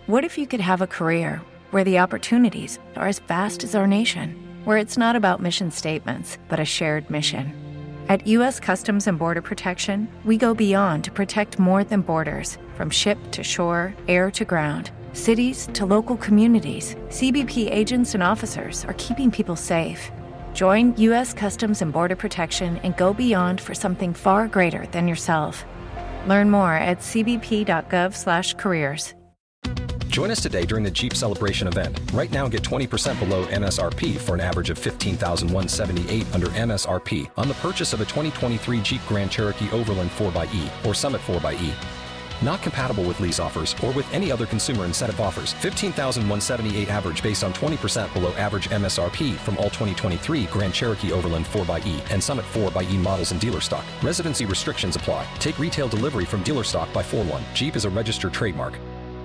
What if you could have a career where the opportunities are as vast as our nation, where it's not about mission statements, but a shared mission? At U.S. Customs and Border Protection, we go beyond to protect more than borders. From ship to shore, air to ground, cities to local communities, CBP agents and officers are keeping people safe. Join U.S. Customs and Border Protection and go beyond for something far greater than yourself. Learn more at cbp.gov/careers. Join us today during the Jeep Celebration event. Right now, get 20% below MSRP for an average of $15,178 under MSRP on the purchase of a 2023 Jeep Grand Cherokee Overland 4xE or Summit 4xE. Not compatible with lease offers or with any other consumer incentive offers. $15,178 average based on 20% below average MSRP from all 2023 Grand Cherokee Overland 4xE and Summit 4xE models in dealer stock. Residency restrictions apply. Take retail delivery from dealer stock by 4/1. Jeep is a registered trademark.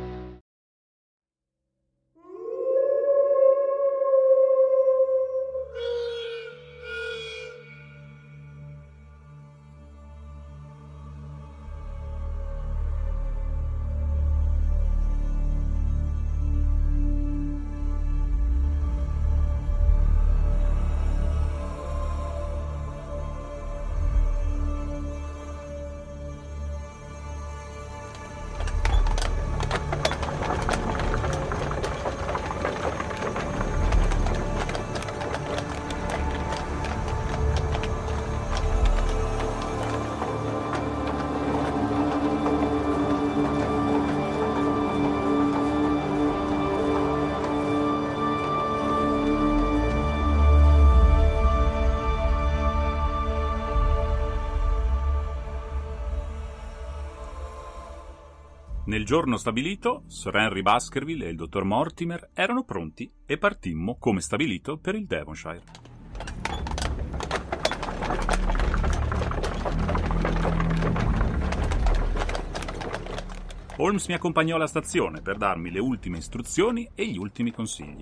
Nel giorno stabilito, Sir Henry Baskerville e il dottor Mortimer erano pronti e partimmo, come stabilito, per il Devonshire. Holmes mi accompagnò alla stazione per darmi le ultime istruzioni e gli ultimi consigli.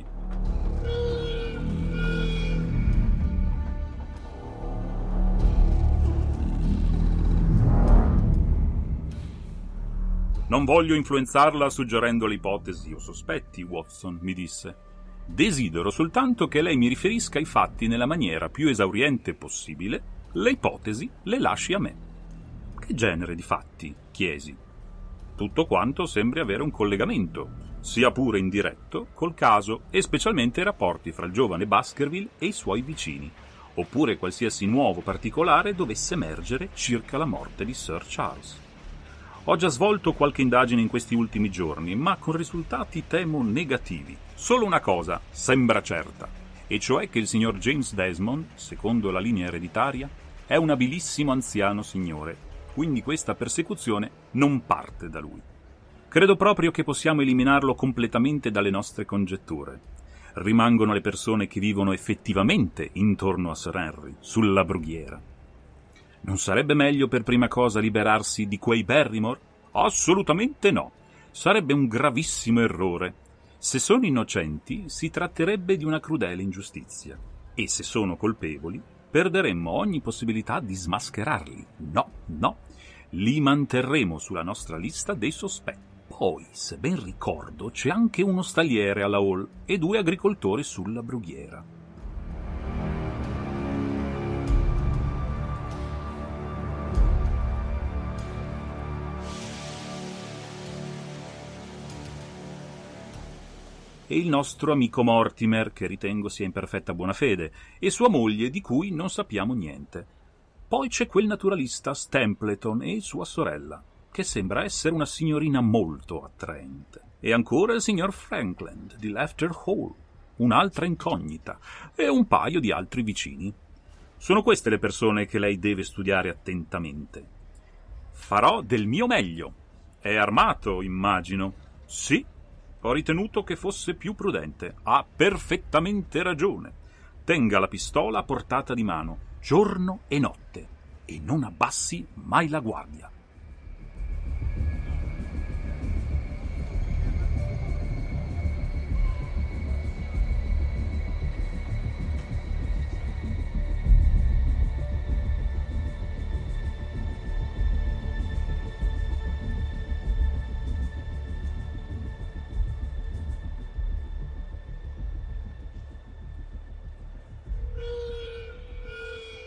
Non voglio influenzarla suggerendole ipotesi o sospetti, Watson, mi disse. Desidero soltanto che lei mi riferisca i fatti nella maniera più esauriente possibile. Le ipotesi le lasci a me. Che genere di fatti? Chiesi. Tutto quanto sembri avere un collegamento, sia pure indiretto, col caso e specialmente i rapporti fra il giovane Baskerville e i suoi vicini, oppure qualsiasi nuovo particolare dovesse emergere circa la morte di Sir Charles. Ho già svolto qualche indagine in questi ultimi giorni, ma con risultati temo negativi. Solo una cosa sembra certa, e cioè che il signor James Desmond, secondo la linea ereditaria, è un abilissimo anziano signore, quindi questa persecuzione non parte da lui. Credo proprio che possiamo eliminarlo completamente dalle nostre congetture. Rimangono le persone che vivono effettivamente intorno a Sir Henry, sulla brughiera. Non sarebbe meglio per prima cosa liberarsi di quei Barrymore? Assolutamente no. Sarebbe un gravissimo errore. Se sono innocenti, si tratterebbe di una crudele ingiustizia. E se sono colpevoli, perderemmo ogni possibilità di smascherarli. No. Li manterremo sulla nostra lista dei sospetti. Poi, se ben ricordo, c'è anche uno stalliere alla Hall e 2 agricoltori sulla brughiera. E il nostro amico Mortimer, che ritengo sia in perfetta buona fede, e sua moglie, di cui non sappiamo niente. Poi c'è quel naturalista Stapleton e sua sorella, che sembra essere una signorina molto attraente. E ancora il signor Frankland di Lafter Hall, un'altra incognita, e un paio di altri vicini. Sono queste le persone che lei deve studiare attentamente. Farò del mio meglio. È armato, immagino. Sì. Ho ritenuto che fosse più prudente. Ha perfettamente ragione. Tenga la pistola a portata di mano, giorno e notte, e non abbassi mai la guardia.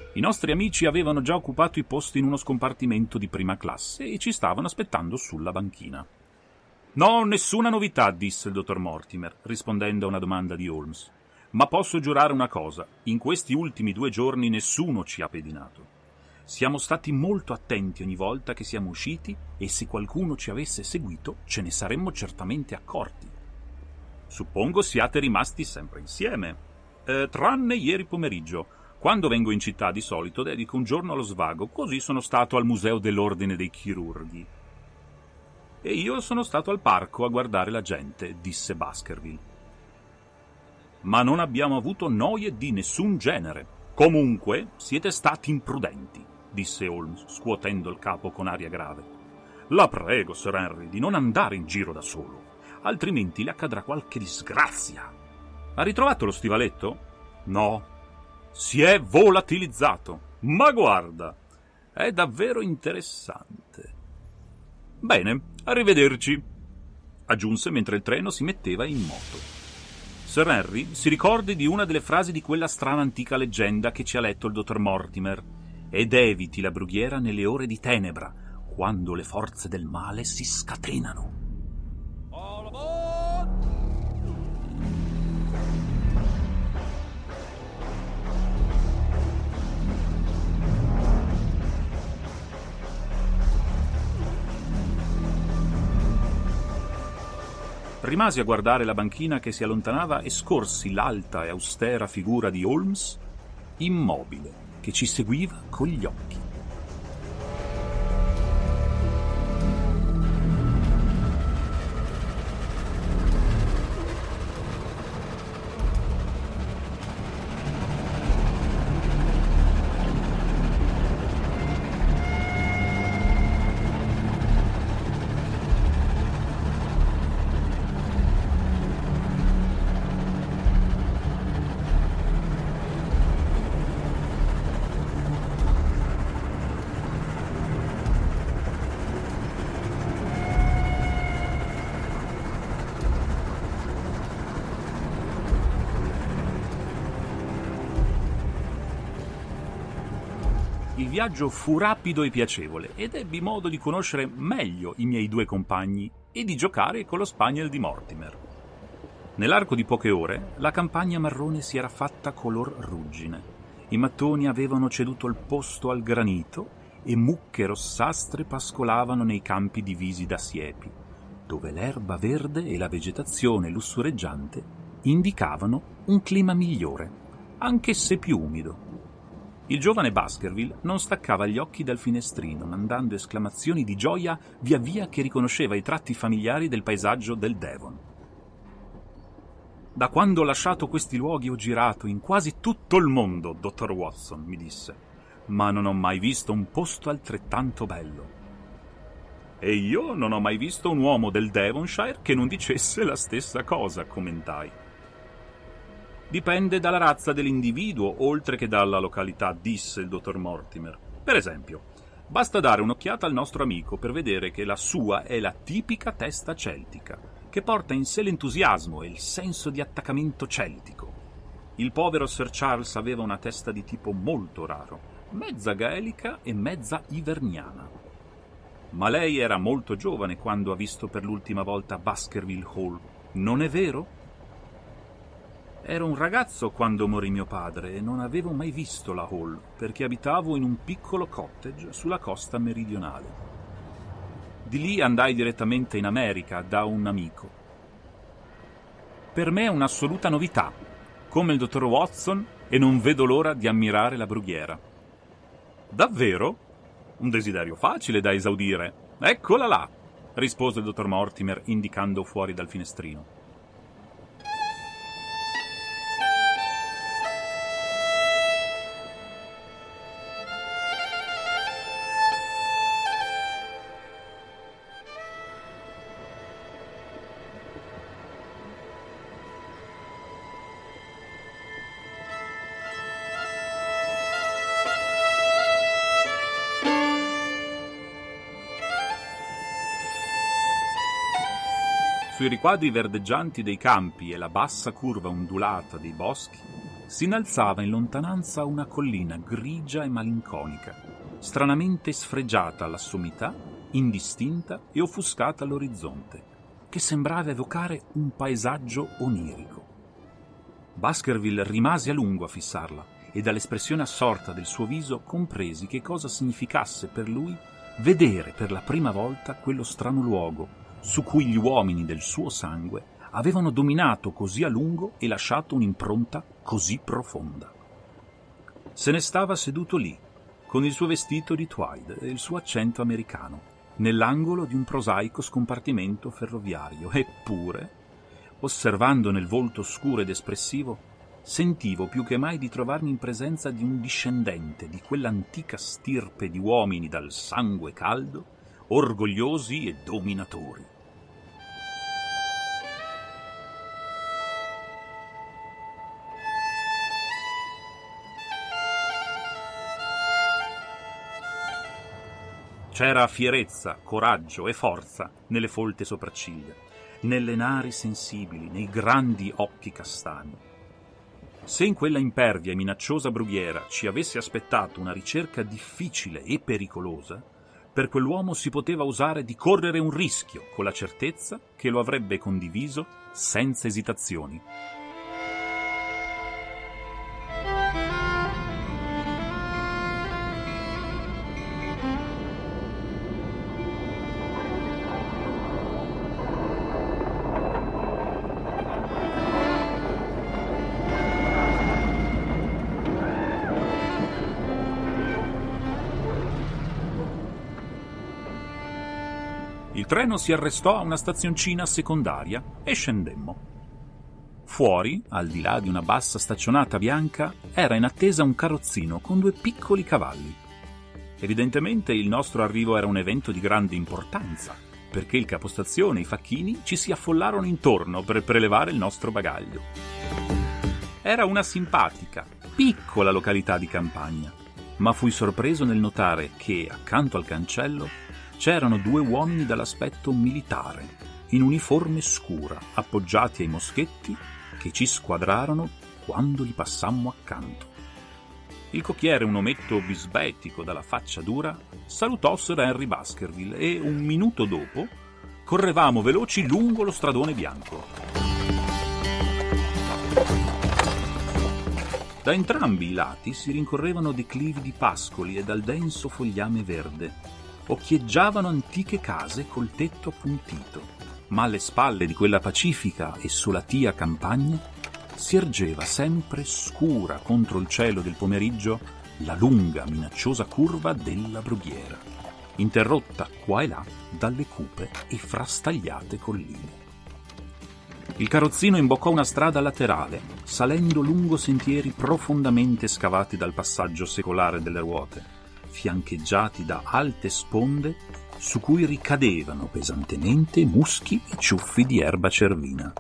I nostri amici avevano già occupato i posti in uno scompartimento di prima classe e ci stavano aspettando sulla banchina. «No, nessuna novità», disse il dottor Mortimer, rispondendo a una domanda di Holmes. «Ma posso giurare una cosa, in questi ultimi 2 giorni nessuno ci ha pedinato. Siamo stati molto attenti ogni volta che siamo usciti e se qualcuno ci avesse seguito ce ne saremmo certamente accorti. Suppongo siate rimasti sempre insieme, tranne ieri pomeriggio. Quando vengo in città di solito dedico un giorno allo svago, così sono stato al Museo dell'Ordine dei Chirurghi. E io sono stato al parco a guardare la gente», disse Baskerville. «Ma non abbiamo avuto noie di nessun genere. Comunque siete stati imprudenti», disse Holmes, scuotendo il capo con aria grave. «La prego, Sir Henry, di non andare in giro da solo, altrimenti le accadrà qualche disgrazia». «Ha ritrovato lo stivaletto?» «No, si è volatilizzato. Ma guarda, è davvero interessante». «Bene, arrivederci», aggiunse mentre il treno si metteva in moto. «Sir Henry si ricordi di una delle frasi di quella strana antica leggenda che ci ha letto il dottor Mortimer ed eviti la brughiera nelle ore di tenebra, quando le forze del male si scatenano». All aboard! Rimasi a guardare la banchina che si allontanava e scorsi l'alta e austera figura di Holmes, immobile, che ci seguiva con gli occhi. Il viaggio fu rapido e piacevole ed ebbi modo di conoscere meglio i miei 2 compagni e di giocare con lo spaniel di Mortimer. Nell'arco di poche ore la campagna marrone si era fatta color ruggine. I mattoni avevano ceduto il posto al granito e mucche rossastre pascolavano nei campi divisi da siepi, dove l'erba verde e la vegetazione lussureggiante indicavano un clima migliore, anche se più umido. Il giovane Baskerville non staccava gli occhi dal finestrino, mandando esclamazioni di gioia via via che riconosceva i tratti familiari del paesaggio del Devon. «Da quando ho lasciato questi luoghi ho girato in quasi tutto il mondo, dottor Watson», mi disse, «ma non ho mai visto un posto altrettanto bello». «E io non ho mai visto un uomo del Devonshire che non dicesse la stessa cosa», commentai. «Dipende dalla razza dell'individuo, oltre che dalla località», disse il dottor Mortimer. «Per esempio, basta dare un'occhiata al nostro amico per vedere che la sua è la tipica testa celtica, che porta in sé l'entusiasmo e il senso di attaccamento celtico. Il povero Sir Charles aveva una testa di tipo molto raro, mezza gaelica e mezza iverniana. Ma lei era molto giovane quando ha visto per l'ultima volta Baskerville Hall, non è vero? Ero un ragazzo quando morì mio padre e non avevo mai visto la Hall, perché abitavo in un piccolo cottage sulla costa meridionale. Di lì andai direttamente in America da un amico. Per me è un'assoluta novità, come il dottor Watson, e non vedo l'ora di ammirare la brughiera». «Davvero? Un desiderio facile da esaudire. Eccola là», rispose il dottor Mortimer indicando fuori dal finestrino. Sui riquadri verdeggianti dei campi e la bassa curva ondulata dei boschi si innalzava in lontananza una collina grigia e malinconica, stranamente sfregiata alla sommità, indistinta e offuscata all'orizzonte, che sembrava evocare un paesaggio onirico. Baskerville rimase a lungo a fissarla e dall'espressione assorta del suo viso compresi che cosa significasse per lui vedere per la prima volta quello strano luogo su cui gli uomini del suo sangue avevano dominato così a lungo e lasciato un'impronta così profonda. Se ne stava seduto lì, con il suo vestito di Tweed e il suo accento americano, nell'angolo di un prosaico scompartimento ferroviario, eppure, osservando nel volto scuro ed espressivo, sentivo più che mai di trovarmi in presenza di un discendente di quell'antica stirpe di uomini dal sangue caldo, orgogliosi e dominatori. C'era fierezza, coraggio e forza nelle folte sopracciglia, nelle nari sensibili, nei grandi occhi castani. Se in quella impervia e minacciosa brughiera ci avesse aspettato una ricerca difficile e pericolosa, per quell'uomo si poteva osare di correre un rischio con la certezza che lo avrebbe condiviso senza esitazioni. Il treno si arrestò a una stazioncina secondaria e scendemmo. Fuori, al di là di una bassa staccionata bianca, era in attesa un carrozzino con 2 piccoli cavalli. Evidentemente il nostro arrivo era un evento di grande importanza, perché il capostazione e i facchini ci si affollarono intorno per prelevare il nostro bagaglio. Era una simpatica, piccola località di campagna, ma fui sorpreso nel notare che, accanto al cancello, c'erano 2 uomini dall'aspetto militare, in uniforme scura, appoggiati ai moschetti, che ci squadrarono quando li passammo accanto. Il cocchiere, un ometto bisbetico dalla faccia dura, salutò Sir Henry Baskerville e, un minuto dopo, correvamo veloci lungo lo stradone bianco. Da entrambi i lati si rincorrevano declivi di pascoli e dal denso fogliame verde occhieggiavano antiche case col tetto appuntito, ma alle spalle di quella pacifica e solatia campagna si ergeva sempre scura contro il cielo del pomeriggio la lunga, minacciosa curva della brughiera, interrotta qua e là dalle cupe e frastagliate colline. Il carrozzino imboccò una strada laterale, salendo lungo sentieri profondamente scavati dal passaggio secolare delle ruote, fiancheggiati da alte sponde su cui ricadevano pesantemente muschi e ciuffi di erba cervina.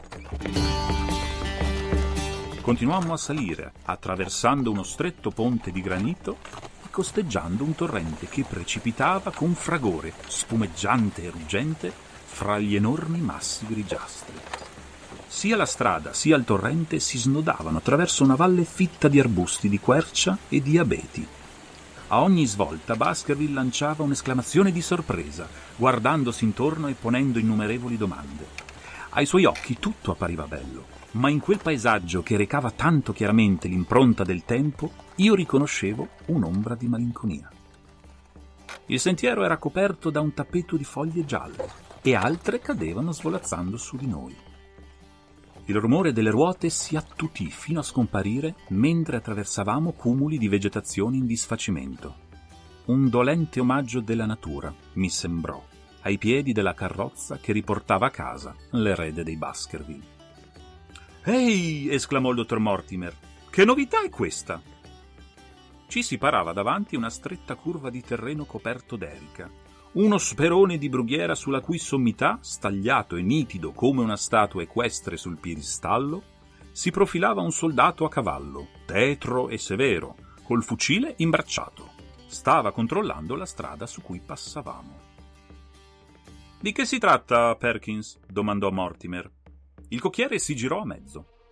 Continuammo a salire, attraversando uno stretto ponte di granito e costeggiando un torrente che precipitava con fragore, spumeggiante e ruggente, fra gli enormi massi grigiastri. Sia la strada sia il torrente si snodavano attraverso una valle fitta di arbusti di quercia e di abeti. A ogni svolta Baskerville lanciava un'esclamazione di sorpresa, guardandosi intorno e ponendo innumerevoli domande. Ai suoi occhi tutto appariva bello, ma in quel paesaggio che recava tanto chiaramente l'impronta del tempo, io riconoscevo un'ombra di malinconia. Il sentiero era coperto da un tappeto di foglie gialle e altre cadevano svolazzando su di noi. Il rumore delle ruote si attutì fino a scomparire mentre attraversavamo cumuli di vegetazione in disfacimento. Un dolente omaggio della natura, mi sembrò, ai piedi della carrozza che riportava a casa l'erede dei Baskerville. «Ehi!» esclamò il dottor Mortimer. «Che novità è questa?» Ci si parava davanti una stretta curva di terreno coperto d'erica, uno sperone di brughiera sulla cui sommità, stagliato e nitido come una statua equestre sul piedistallo, si profilava un soldato a cavallo, tetro e severo, col fucile imbracciato. Stava controllando la strada su cui passavamo. «Di che si tratta, Perkins?» domandò Mortimer. Il cocchiere si girò a mezzo.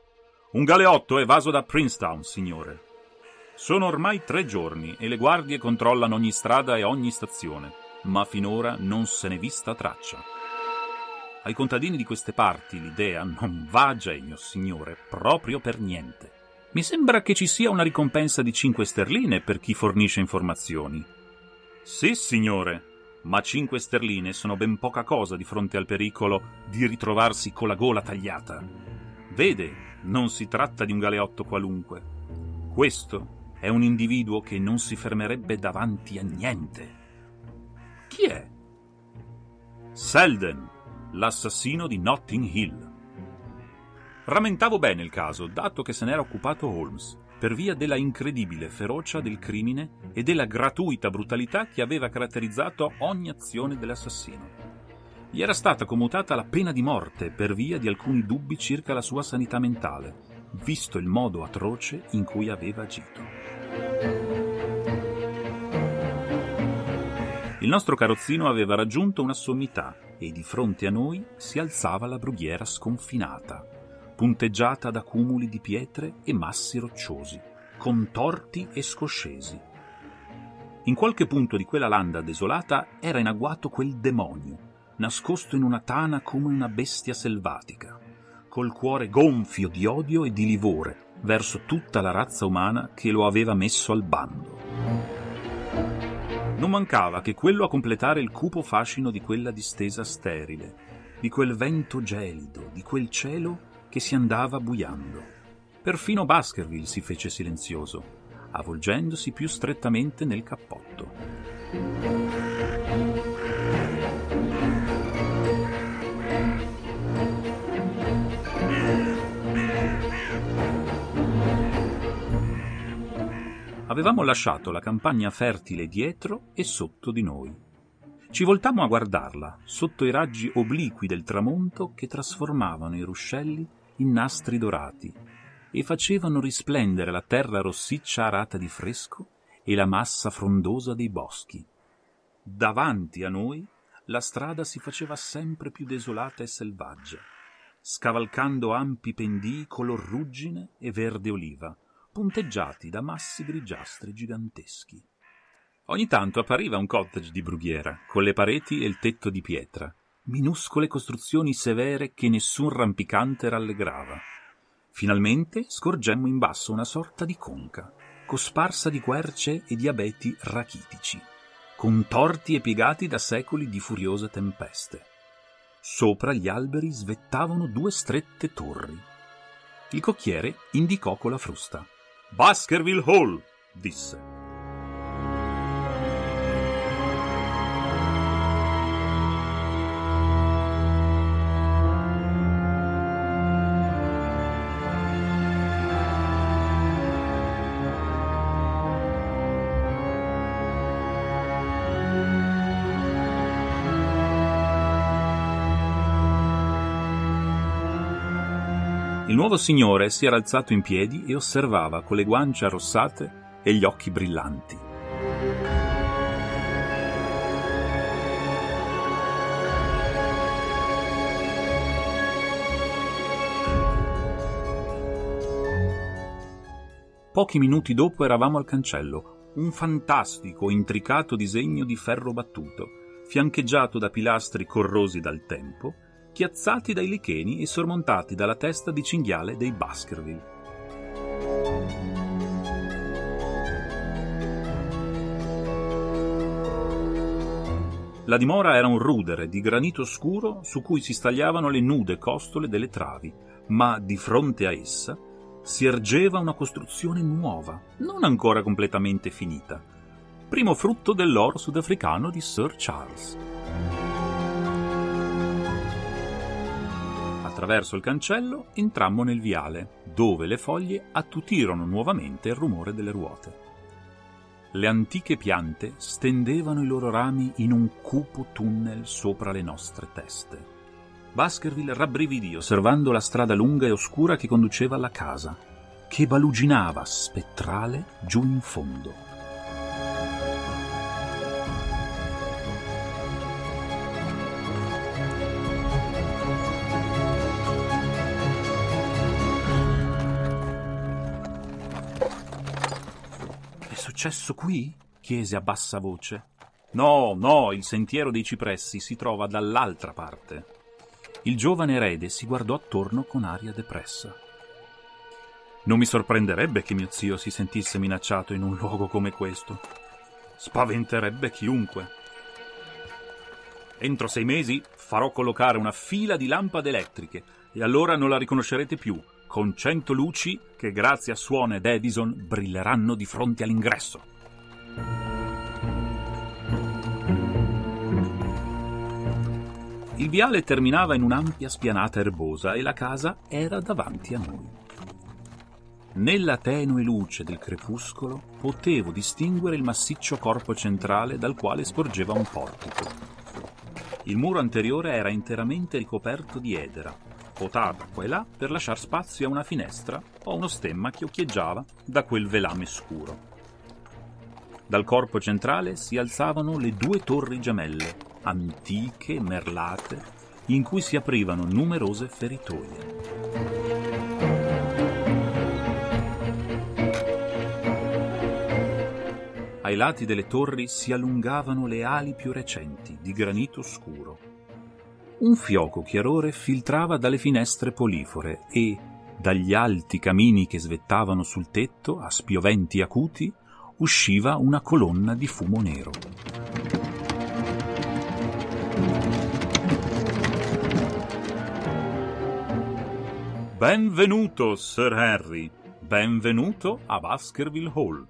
Un galeotto evaso da Princetown, signore. Sono ormai 3 giorni e le guardie controllano ogni strada e ogni stazione, ma finora non se n'è vista traccia. Ai contadini di queste parti l'idea non va a genio, signore, proprio per niente. Mi sembra che ci sia una ricompensa di 5 sterline per chi fornisce informazioni. Sì, signore, ma 5 sterline sono ben poca cosa di fronte al pericolo di ritrovarsi con la gola tagliata. Vede, non si tratta di un galeotto qualunque. Questo è un individuo che non si fermerebbe davanti a niente. Chi è? Selden, l'assassino di Notting Hill. Rammentavo bene il caso, dato che se n'era occupato Holmes, per via della incredibile ferocia del crimine e della gratuita brutalità che aveva caratterizzato ogni azione dell'assassino. Gli era stata commutata la pena di morte per via di alcuni dubbi circa la sua sanità mentale, visto il modo atroce in cui aveva agito. Il nostro carrozzino aveva raggiunto una sommità e di fronte a noi si alzava la brughiera sconfinata, punteggiata da cumuli di pietre e massi rocciosi, contorti e scoscesi. In qualche punto di quella landa desolata era in agguato quel demonio, nascosto in una tana come una bestia selvatica, col cuore gonfio di odio e di livore verso tutta la razza umana che lo aveva messo al bando. Non mancava che quello a completare il cupo fascino di quella distesa sterile, di quel vento gelido, di quel cielo che si andava buiando. Perfino Baskerville si fece silenzioso, avvolgendosi più strettamente nel cappotto. Avevamo lasciato la campagna fertile dietro e sotto di noi. Ci voltammo a guardarla, sotto i raggi obliqui del tramonto che trasformavano i ruscelli in nastri dorati e facevano risplendere la terra rossiccia arata di fresco e la massa frondosa dei boschi. Davanti a noi la strada si faceva sempre più desolata e selvaggia, scavalcando ampi pendii color ruggine e verde oliva, punteggiati da massi grigiastri giganteschi. Ogni tanto appariva un cottage di brughiera, con le pareti e il tetto di pietra, minuscole costruzioni severe che nessun rampicante rallegrava. Finalmente scorgemmo in basso una sorta di conca, cosparsa di querce e di abeti rachitici, contorti e piegati da secoli di furiose tempeste. Sopra gli alberi svettavano 2 strette torri. Il cocchiere indicò con la frusta. «Baskerville Hall», disse. Il nuovo signore si era alzato in piedi e osservava con le guance arrossate e gli occhi brillanti. Pochi minuti dopo eravamo al cancello, un fantastico, intricato disegno di ferro battuto, fiancheggiato da pilastri corrosi dal tempo, chiazzati dai licheni e sormontati dalla testa di cinghiale dei Baskerville. La dimora era un rudere di granito scuro su cui si stagliavano le nude costole delle travi, ma di fronte a essa si ergeva una costruzione nuova, non ancora completamente finita, primo frutto dell'oro sudafricano di Sir Charles. Attraverso il cancello entrammo nel viale, dove le foglie attutirono nuovamente il rumore delle ruote. Le antiche piante stendevano i loro rami in un cupo tunnel sopra le nostre teste. Baskerville rabbrividì osservando la strada lunga e oscura che conduceva alla casa, che baluginava spettrale giù in fondo. successo qui? Chiese a bassa voce. No, il sentiero dei cipressi si trova dall'altra parte. Il giovane erede si guardò attorno con aria depressa. Non mi sorprenderebbe che mio zio si sentisse minacciato in un luogo come questo. Spaventerebbe chiunque. Entro 6 mesi farò collocare una fila di lampade elettriche e allora non la riconoscerete più, con 100 luci che grazie a Swan ed Edison brilleranno di fronte all'ingresso. Il viale terminava in un'ampia spianata erbosa e la casa era davanti a noi. Nella tenue luce del crepuscolo potevo distinguere il massiccio corpo centrale dal quale sporgeva un portico. Il muro anteriore era interamente ricoperto di edera, potata qua e là per lasciar spazio a una finestra o a uno stemma che occhieggiava da quel velame scuro. Dal corpo centrale si alzavano le 2 torri gemelle, antiche, merlate, in cui si aprivano numerose feritoie. Ai lati delle torri si allungavano le ali più recenti, di granito scuro. Un fioco chiarore filtrava dalle finestre polifore e, dagli alti camini che svettavano sul tetto, a spioventi acuti, usciva una colonna di fumo nero. Benvenuto, Sir Harry. Benvenuto a Baskerville Hall.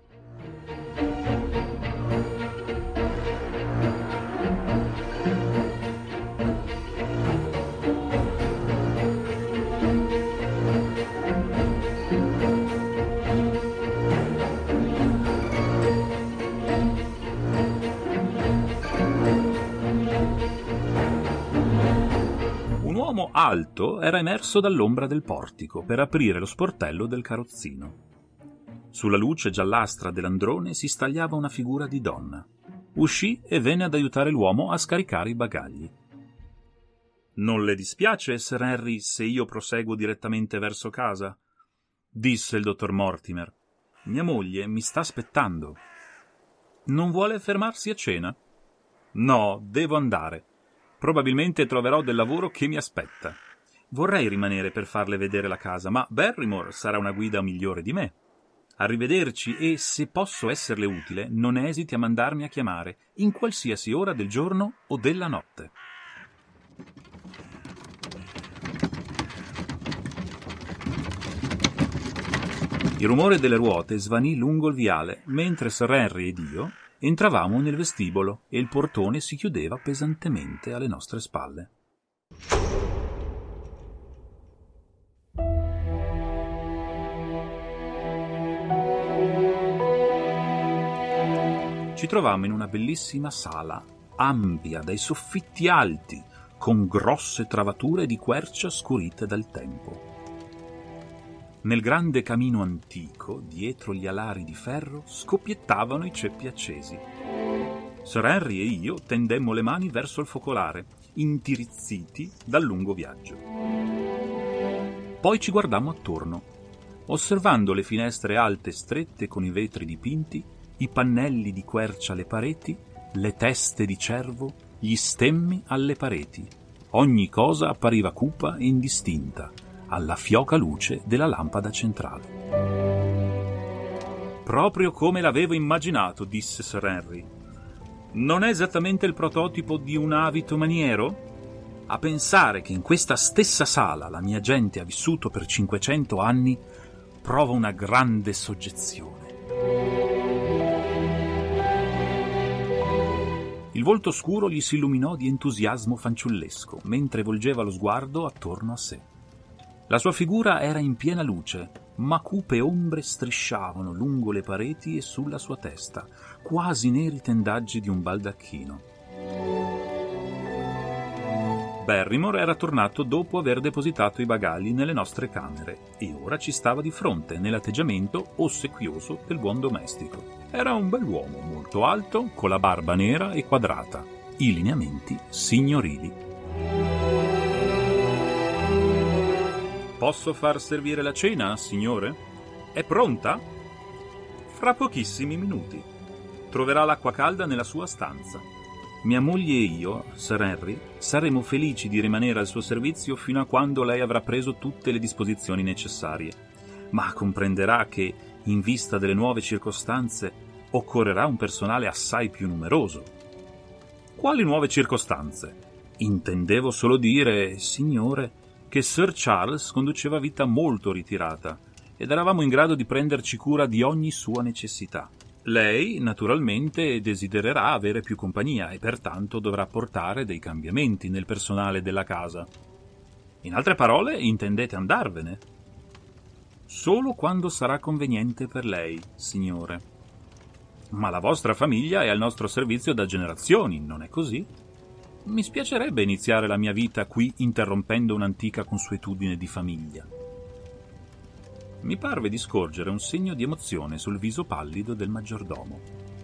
Alto era emerso dall'ombra del portico per aprire lo sportello del carrozzino. Sulla luce giallastra dell'androne si stagliava una figura di donna. Uscì e venne ad aiutare l'uomo a scaricare i bagagli. «Non le dispiace, Sir Harry, se io proseguo direttamente verso casa?» disse il dottor Mortimer. «Mia moglie mi sta aspettando». «Non vuole fermarsi a cena?» «No, devo andare. Probabilmente troverò del lavoro che mi aspetta. Vorrei rimanere per farle vedere la casa, ma Barrymore sarà una guida migliore di me. Arrivederci e, se posso esserle utile, non esiti a mandarmi a chiamare, in qualsiasi ora del giorno o della notte». Il rumore delle ruote svanì lungo il viale, mentre Sir Henry ed io entravamo nel vestibolo e il portone si chiudeva pesantemente alle nostre spalle. Ci trovammo in una bellissima sala, ampia dai soffitti alti, con grosse travature di quercia scurite dal tempo. Nel grande camino antico, dietro gli alari di ferro, scoppiettavano i ceppi accesi. Sir Henry e io tendemmo le mani verso il focolare, intirizziti dal lungo viaggio. Poi ci guardammo attorno, osservando le finestre alte e strette con i vetri dipinti, i pannelli di quercia alle pareti, le teste di cervo, gli stemmi alle pareti. Ogni cosa appariva cupa e indistinta, alla fioca luce della lampada centrale. «Proprio come l'avevo immaginato», disse Sir Henry. «Non è esattamente il prototipo di un abito maniero? A pensare che in questa stessa sala la mia gente ha vissuto per 500 anni, provo una grande soggezione». Il volto scuro gli si illuminò di entusiasmo fanciullesco, mentre volgeva lo sguardo attorno a sé. La sua figura era in piena luce, ma cupe ombre strisciavano lungo le pareti e sulla sua testa, quasi neri tendaggi di un baldacchino. Barrymore era tornato dopo aver depositato i bagagli nelle nostre camere e ora ci stava di fronte nell'atteggiamento ossequioso del buon domestico. Era un bell'uomo, molto alto, con la barba nera e quadrata, i lineamenti signorili. «Posso far servire la cena, signore? È pronta?» Fra pochissimi minuti. Troverà l'acqua calda nella sua stanza. Mia moglie e io, Sir Henry, saremo felici di rimanere al suo servizio fino a quando lei avrà preso tutte le disposizioni necessarie. Ma comprenderà che, in vista delle nuove circostanze, occorrerà un personale assai più numeroso. Quali nuove circostanze? Intendevo solo dire, signore, che Sir Charles conduceva vita molto ritirata ed eravamo in grado di prenderci cura di ogni sua necessità. Lei, naturalmente, desidererà avere più compagnia e pertanto dovrà portare dei cambiamenti nel personale della casa. In altre parole, intendete andarvene? Solo quando sarà conveniente per lei, signore. Ma la vostra famiglia è al nostro servizio da generazioni, non è così? Mi spiacerebbe iniziare la mia vita qui interrompendo un'antica consuetudine di famiglia. Mi parve di scorgere un segno di emozione sul viso pallido del maggiordomo.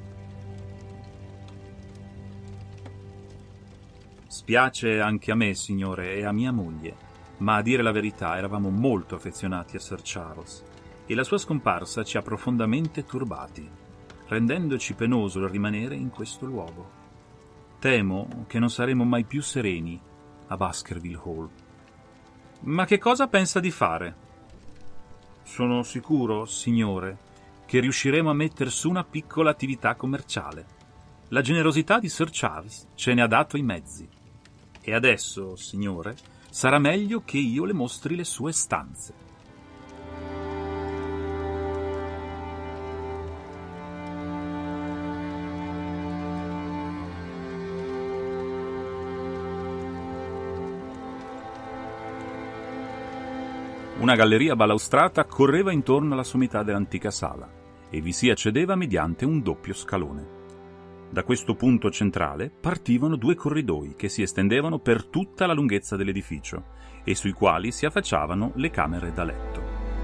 Spiace anche a me, signore, e a mia moglie, ma a dire la verità eravamo molto affezionati a Sir Charles e la sua scomparsa ci ha profondamente turbati, rendendoci penoso il rimanere in questo luogo. Temo che non saremo mai più sereni a Baskerville Hall. Ma che cosa pensa di fare? Sono sicuro, signore, che riusciremo a metter su una piccola attività commerciale. La generosità di Sir Charles ce ne ha dato i mezzi. E adesso, signore, sarà meglio che io le mostri le sue stanze. Una galleria balaustrata correva intorno alla sommità dell'antica sala e vi si accedeva mediante un doppio scalone. Da questo punto centrale partivano due corridoi che si estendevano per tutta la lunghezza dell'edificio e sui quali si affacciavano le camere da letto.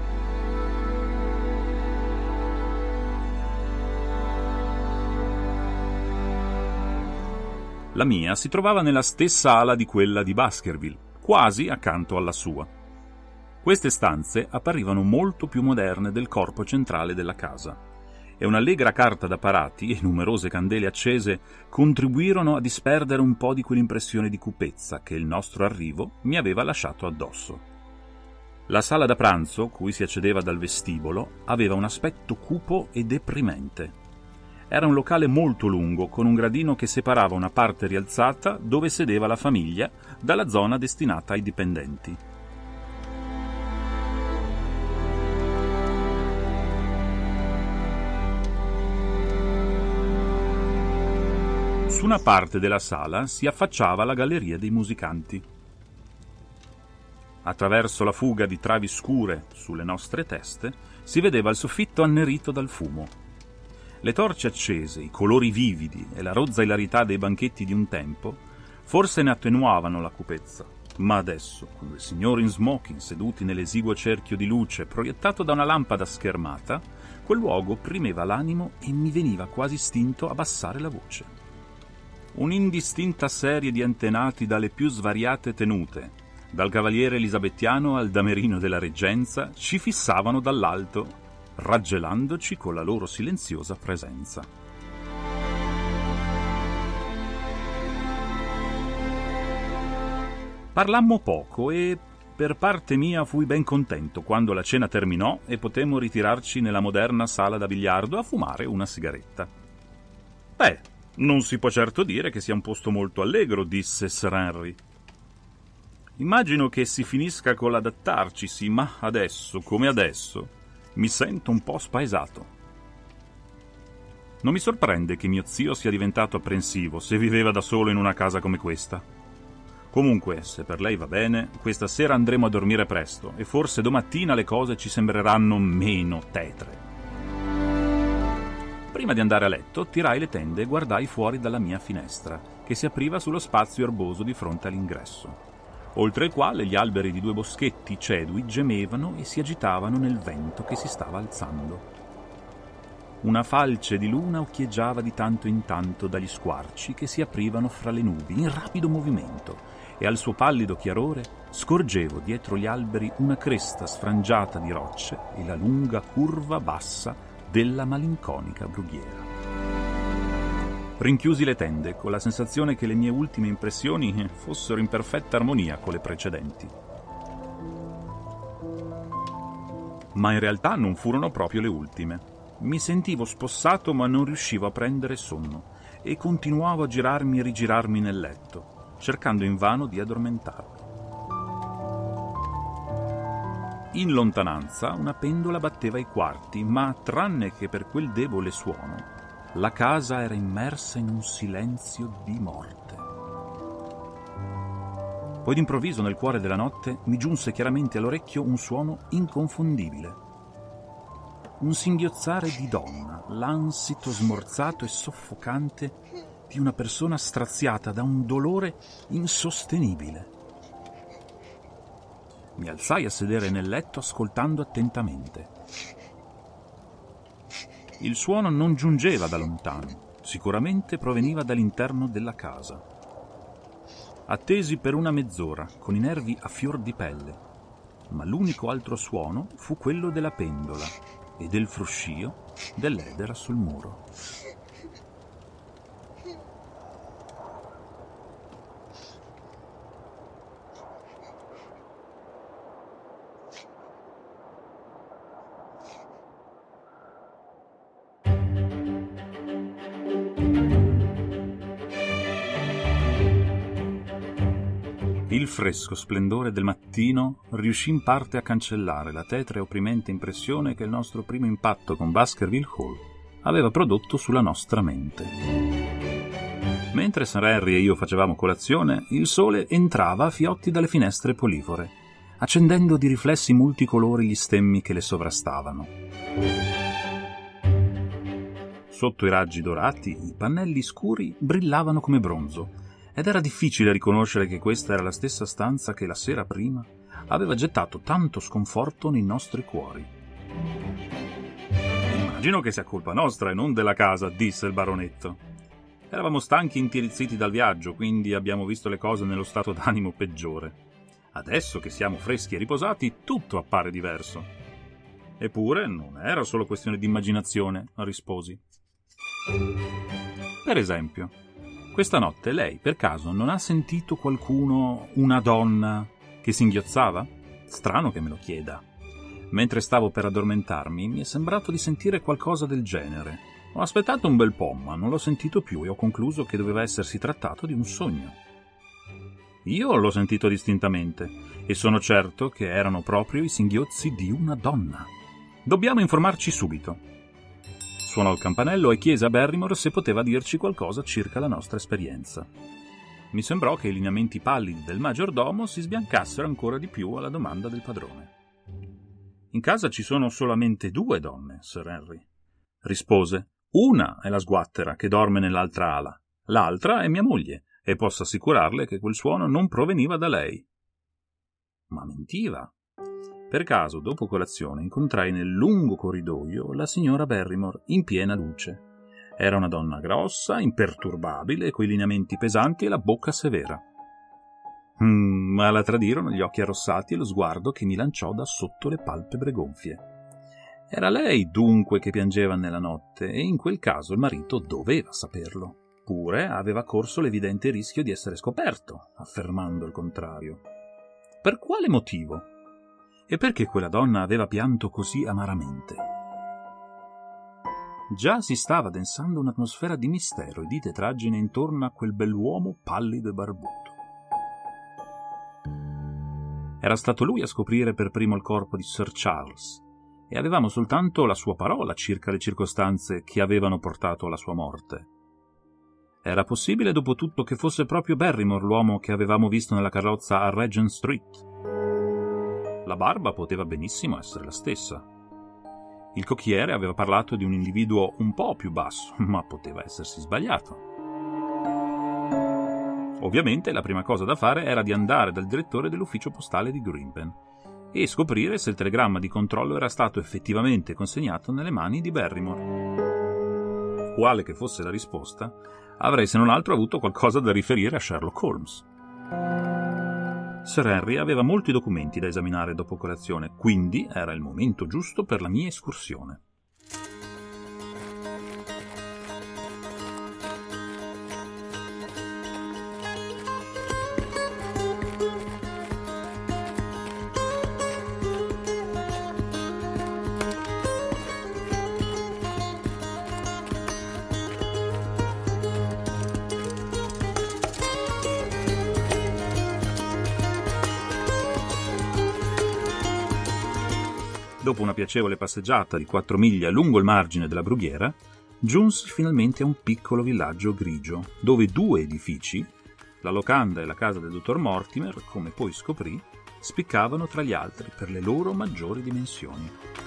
La mia si trovava nella stessa ala di quella di Baskerville, quasi accanto alla sua. Queste stanze apparivano molto più moderne del corpo centrale della casa, e un'allegra carta d'apparati e numerose candele accese contribuirono a disperdere un po' di quell'impressione di cupezza che il nostro arrivo mi aveva lasciato addosso. La sala da pranzo, cui si accedeva dal vestibolo, aveva un aspetto cupo e deprimente. Era un locale molto lungo, con un gradino che separava una parte rialzata dove sedeva la famiglia dalla zona destinata ai dipendenti. Su una parte della sala si affacciava la galleria dei musicanti. Attraverso la fuga di travi scure sulle nostre teste si vedeva il soffitto annerito dal fumo. Le torce accese, i colori vividi e la rozza ilarità dei banchetti di un tempo forse ne attenuavano la cupezza, ma adesso, con due signori in smoking seduti nell'esiguo cerchio di luce proiettato da una lampada schermata, quel luogo opprimeva l'animo e mi veniva quasi istinto a abbassare la voce. Un'indistinta serie di antenati dalle più svariate tenute, dal cavaliere elisabettiano al damerino della reggenza, ci fissavano dall'alto, raggelandoci con la loro silenziosa presenza. Parlammo poco e, per parte mia, fui ben contento quando la cena terminò e potemmo ritirarci nella moderna sala da biliardo a fumare una sigaretta. Non si può certo dire che sia un posto molto allegro, disse Sir Henry. Immagino che si finisca con l'adattarcisi, ma adesso, come adesso, mi sento un po' spaesato. Non mi sorprende che mio zio sia diventato apprensivo se viveva da solo in una casa come questa. Comunque, se per lei va bene, questa sera andremo a dormire presto e forse domattina le cose ci sembreranno meno tetre. Prima di andare a letto, tirai le tende e guardai fuori dalla mia finestra, che si apriva sullo spazio erboso di fronte all'ingresso, oltre il quale gli alberi di due boschetti cedui gemevano e si agitavano nel vento che si stava alzando. Una falce di luna occhieggiava di tanto in tanto dagli squarci che si aprivano fra le nubi in rapido movimento, e al suo pallido chiarore scorgevo dietro gli alberi una cresta sfrangiata di rocce e la lunga curva bassa della malinconica brughiera. Rinchiusi le tende con la sensazione che le mie ultime impressioni fossero in perfetta armonia con le precedenti. Ma in realtà non furono proprio le ultime. Mi sentivo spossato ma non riuscivo a prendere sonno e continuavo a girarmi e rigirarmi nel letto, cercando invano di addormentarmi. In lontananza una pendola batteva i quarti, ma tranne che per quel debole suono, la casa era immersa in un silenzio di morte. Poi d'improvviso nel cuore della notte mi giunse chiaramente all'orecchio un suono inconfondibile. Un singhiozzare di donna, l'ansito smorzato e soffocante di una persona straziata da un dolore insostenibile. Mi alzai a sedere nel letto ascoltando attentamente. Il suono non giungeva da lontano, sicuramente proveniva dall'interno della casa. Attesi per una mezz'ora, con i nervi a fior di pelle, ma l'unico altro suono fu quello della pendola e del fruscio dell'edera sul muro. Il fresco splendore del mattino riuscì in parte a cancellare la tetra e opprimente impressione che il nostro primo impatto con Baskerville Hall aveva prodotto sulla nostra mente. Mentre Sir Henry e io facevamo colazione, il sole entrava a fiotti dalle finestre polifore, accendendo di riflessi multicolori gli stemmi che le sovrastavano. Sotto i raggi dorati, i pannelli scuri brillavano come bronzo, ed era difficile riconoscere che questa era la stessa stanza che la sera prima aveva gettato tanto sconforto nei nostri cuori. «Immagino che sia colpa nostra e non della casa», disse il baronetto. «Eravamo stanchi e intirizziti dal viaggio, quindi abbiamo visto le cose nello stato d'animo peggiore. Adesso che siamo freschi e riposati, tutto appare diverso». «Eppure non era solo questione di immaginazione», risposi. «Per esempio, questa notte lei per caso non ha sentito qualcuno, una donna, che singhiozzava? Strano che me lo chieda. Mentre stavo per addormentarmi mi è sembrato di sentire qualcosa del genere. Ho aspettato un bel po', ma non l'ho sentito più e ho concluso che doveva essersi trattato di un sogno. Io l'ho sentito distintamente e sono certo che erano proprio i singhiozzi di una donna. Dobbiamo informarci subito». Suonò il campanello e chiese a Barrymore se poteva dirci qualcosa circa la nostra esperienza. Mi sembrò che i lineamenti pallidi del maggiordomo si sbiancassero ancora di più alla domanda del padrone. «In casa ci sono solamente 2 donne, Sir Henry», rispose. «Una è la sguattera che dorme nell'altra ala, l'altra è mia moglie, e posso assicurarle che quel suono non proveniva da lei». Ma mentiva. Per caso, dopo colazione, incontrai nel lungo corridoio la signora Barrymore in piena luce. Era una donna grossa, imperturbabile, coi lineamenti pesanti e la bocca severa. Ma la tradirono gli occhi arrossati e lo sguardo che mi lanciò da sotto le palpebre gonfie. Era lei, dunque, che piangeva nella notte, e in quel caso il marito doveva saperlo. Pure aveva corso l'evidente rischio di essere scoperto, affermando il contrario. Per quale motivo? E perché quella donna aveva pianto così amaramente? Già si stava densando un'atmosfera di mistero e di tetraggine intorno a quel bell'uomo pallido e barbuto. Era stato lui a scoprire per primo il corpo di Sir Charles, e avevamo soltanto la sua parola circa le circostanze che avevano portato alla sua morte. Era possibile, dopo tutto, che fosse proprio Barrymore l'uomo che avevamo visto nella carrozza a Regent Street? La barba poteva benissimo essere la stessa. Il cocchiere aveva parlato di un individuo un po' più basso, ma poteva essersi sbagliato. Ovviamente la prima cosa da fare era di andare dal direttore dell'ufficio postale di Grimpen e scoprire se il telegramma di controllo era stato effettivamente consegnato nelle mani di Barrymore. Quale che fosse la risposta, avrei se non altro avuto qualcosa da riferire a Sherlock Holmes. Sir Henry aveva molti documenti da esaminare dopo colazione, quindi era il momento giusto per la mia escursione. Dopo una piacevole passeggiata di 4 miglia lungo il margine della brughiera, giunsi finalmente a un piccolo villaggio grigio, dove 2 edifici, la locanda e la casa del dottor Mortimer, come poi scoprì, spiccavano tra gli altri per le loro maggiori dimensioni.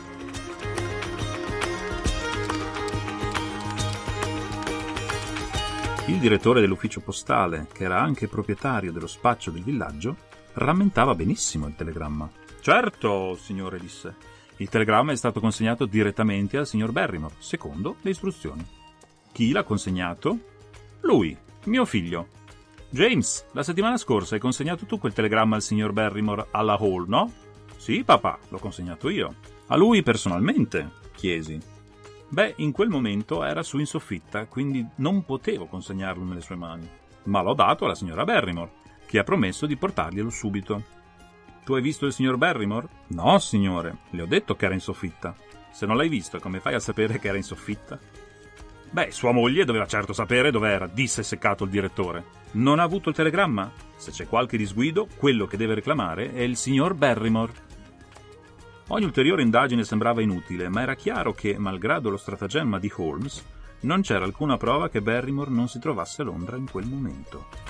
Il direttore dell'ufficio postale, che era anche proprietario dello spaccio del villaggio, rammentava benissimo il telegramma. «Certo, signore», disse. «Il telegramma è stato consegnato direttamente al signor Barrymore, secondo le istruzioni». «Chi l'ha consegnato?» «Lui, mio figlio». «James, la settimana scorsa hai consegnato tu quel telegramma al signor Barrymore alla Hall, no?» «Sì, papà, l'ho consegnato io». «A lui personalmente?» chiesi. «Beh, in quel momento era su in soffitta, quindi non potevo consegnarlo nelle sue mani. Ma l'ho dato alla signora Barrymore, che ha promesso di portarglielo subito». «Tu hai visto il signor Barrymore?» «No, signore, le ho detto che era in soffitta». «Se non l'hai visto, come fai a sapere che era in soffitta?» «Beh, sua moglie doveva certo sapere dov'era», disse seccato il direttore. «Non ha avuto il telegramma? Se c'è qualche disguido, quello che deve reclamare è il signor Barrymore». Ogni ulteriore indagine sembrava inutile, ma era chiaro che, malgrado lo stratagemma di Holmes, non c'era alcuna prova che Barrymore non si trovasse a Londra in quel momento.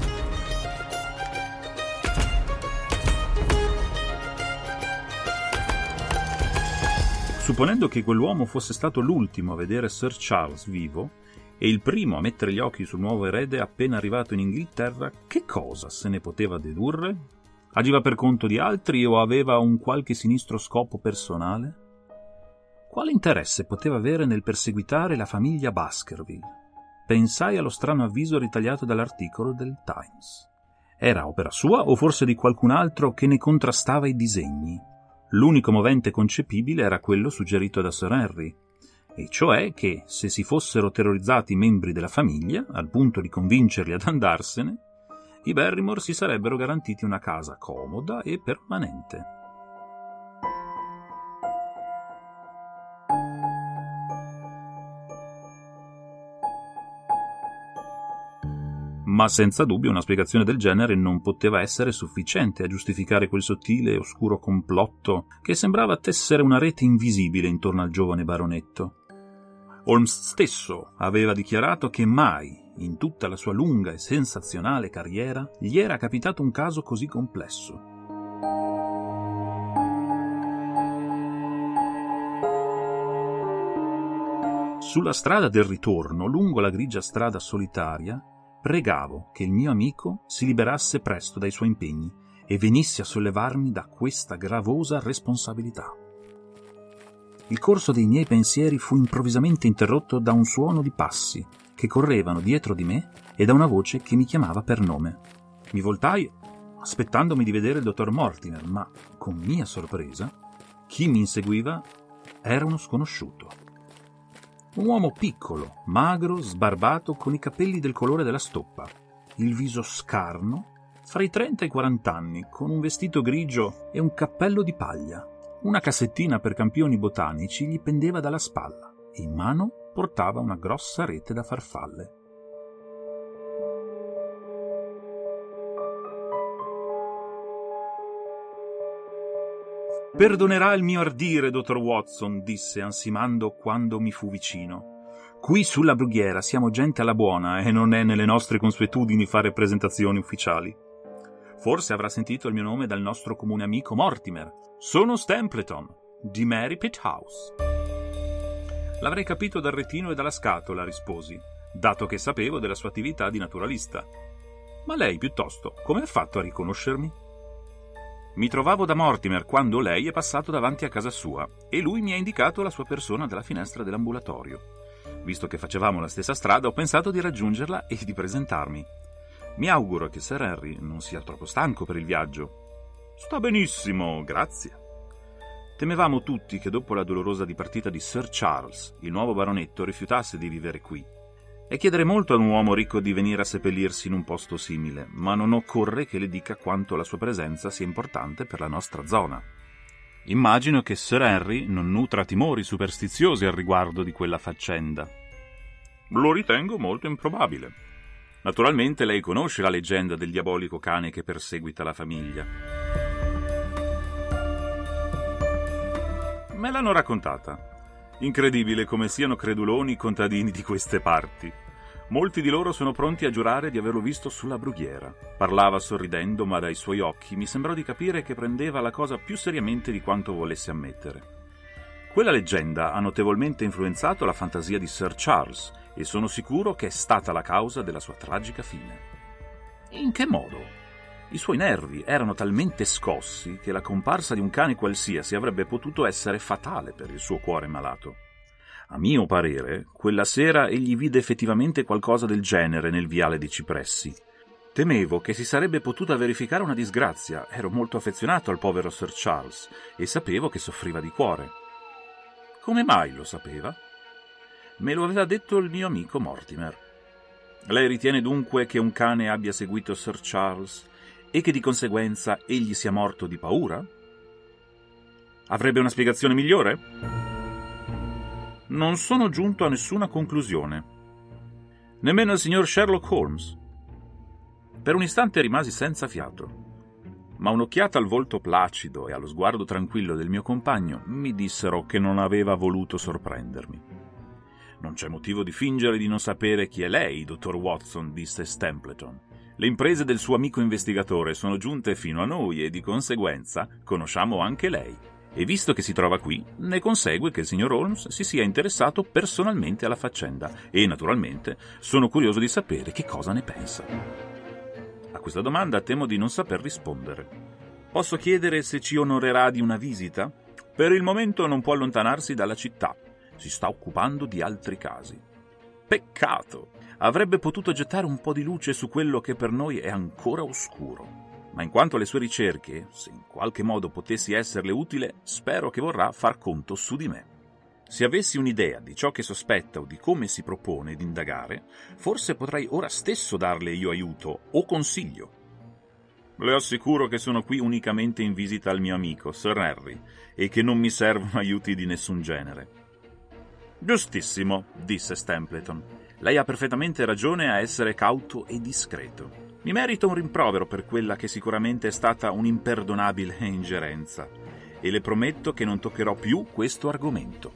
Supponendo che quell'uomo fosse stato l'ultimo a vedere Sir Charles vivo e il primo a mettere gli occhi sul nuovo erede appena arrivato in Inghilterra, che cosa se ne poteva dedurre? Agiva per conto di altri o aveva un qualche sinistro scopo personale? Quale interesse poteva avere nel perseguitare la famiglia Baskerville? Pensai allo strano avviso ritagliato dall'articolo del Times. Era opera sua o forse di qualcun altro che ne contrastava i disegni? L'unico movente concepibile era quello suggerito da Sir Henry, e cioè che, se si fossero terrorizzati i membri della famiglia, al punto di convincerli ad andarsene, i Barrymore si sarebbero garantiti una casa comoda e permanente. Ma senza dubbio una spiegazione del genere non poteva essere sufficiente a giustificare quel sottile e oscuro complotto che sembrava tessere una rete invisibile intorno al giovane baronetto. Holmes stesso aveva dichiarato che mai, in tutta la sua lunga e sensazionale carriera, gli era capitato un caso così complesso. Sulla strada del ritorno, lungo la grigia strada solitaria, pregavo che il mio amico si liberasse presto dai suoi impegni e venisse a sollevarmi da questa gravosa responsabilità. Il corso dei miei pensieri fu improvvisamente interrotto da un suono di passi che correvano dietro di me e da una voce che mi chiamava per nome. Mi voltai, aspettandomi di vedere il dottor Mortimer, ma, con mia sorpresa, chi mi inseguiva era uno sconosciuto. Un uomo piccolo, magro, sbarbato, con i capelli del colore della stoppa, il viso scarno, fra i 30 e i 40 anni, con un vestito grigio e un cappello di paglia. Una cassettina per campioni botanici gli pendeva dalla spalla e in mano portava una grossa rete da farfalle. «Perdonerà il mio ardire, dottor Watson», disse ansimando quando mi fu vicino. «Qui sulla brughiera siamo gente alla buona e non è nelle nostre consuetudini fare presentazioni ufficiali. Forse avrà sentito il mio nome dal nostro comune amico Mortimer. Sono Stapleton, di Merripit House». «L'avrei capito dal retino e dalla scatola», risposi, dato che sapevo della sua attività di naturalista. «Ma lei, piuttosto, come ha fatto a riconoscermi?» «Mi trovavo da Mortimer quando lei è passato davanti a casa sua e lui mi ha indicato la sua persona dalla finestra dell'ambulatorio. Visto che facevamo la stessa strada, ho pensato di raggiungerla e di presentarmi. Mi auguro che Sir Henry non sia troppo stanco per il viaggio». «Sta benissimo, grazie». Temevamo tutti che dopo la dolorosa dipartita di Sir Charles, il nuovo baronetto rifiutasse di vivere qui. È chiedere molto ad un uomo ricco di venire a seppellirsi in un posto simile, ma non occorre che le dica quanto la sua presenza sia importante per la nostra zona. Immagino che Sir Henry non nutra timori superstiziosi al riguardo di quella faccenda. Lo ritengo molto improbabile. Naturalmente lei conosce la leggenda del diabolico cane che perseguita la famiglia. Me l'hanno raccontata. Incredibile come siano creduloni i contadini di queste parti. Molti di loro sono pronti a giurare di averlo visto sulla brughiera. Parlava sorridendo, ma dai suoi occhi mi sembrò di capire che prendeva la cosa più seriamente di quanto volesse ammettere. Quella leggenda ha notevolmente influenzato la fantasia di Sir Charles e sono sicuro che è stata la causa della sua tragica fine. In che modo? I suoi nervi erano talmente scossi che la comparsa di un cane qualsiasi avrebbe potuto essere fatale per il suo cuore malato. A mio parere, quella sera egli vide effettivamente qualcosa del genere nel viale dei cipressi. Temevo che si sarebbe potuta verificare una disgrazia. Ero molto affezionato al povero Sir Charles e sapevo che soffriva di cuore. Come mai lo sapeva? Me lo aveva detto il mio amico Mortimer. Lei ritiene dunque che un cane abbia seguito Sir Charles e che di conseguenza egli sia morto di paura? Avrebbe una spiegazione migliore? Non sono giunto a nessuna conclusione. Nemmeno il signor Sherlock Holmes. Per un istante rimasi senza fiato, ma un'occhiata al volto placido e allo sguardo tranquillo del mio compagno mi dissero che non aveva voluto sorprendermi. Non c'è motivo di fingere di non sapere chi è lei, dottor Watson, disse Stapleton. Le imprese del suo amico investigatore sono giunte fino a noi e di conseguenza conosciamo anche lei. E visto che si trova qui, ne consegue che il signor Holmes si sia interessato personalmente alla faccenda e, naturalmente, sono curioso di sapere che cosa ne pensa. A questa domanda temo di non saper rispondere. Posso chiedere se ci onorerà di una visita? Per il momento non può allontanarsi dalla città. Si sta occupando di altri casi. Peccato! Avrebbe potuto gettare un po' di luce su quello che per noi è ancora oscuro. Ma in quanto alle sue ricerche, se in qualche modo potessi esserle utile, spero che vorrà far conto su di me. Se avessi un'idea di ciò che sospetta o di come si propone di indagare, forse potrei ora stesso darle io aiuto o consiglio. Le assicuro che sono qui unicamente in visita al mio amico, Sir Henry, e che non mi servono aiuti di nessun genere. Giustissimo, disse Stapleton. Lei ha perfettamente ragione a essere cauto e discreto. Mi merito un rimprovero per quella che sicuramente è stata un'imperdonabile ingerenza, e le prometto che non toccherò più questo argomento.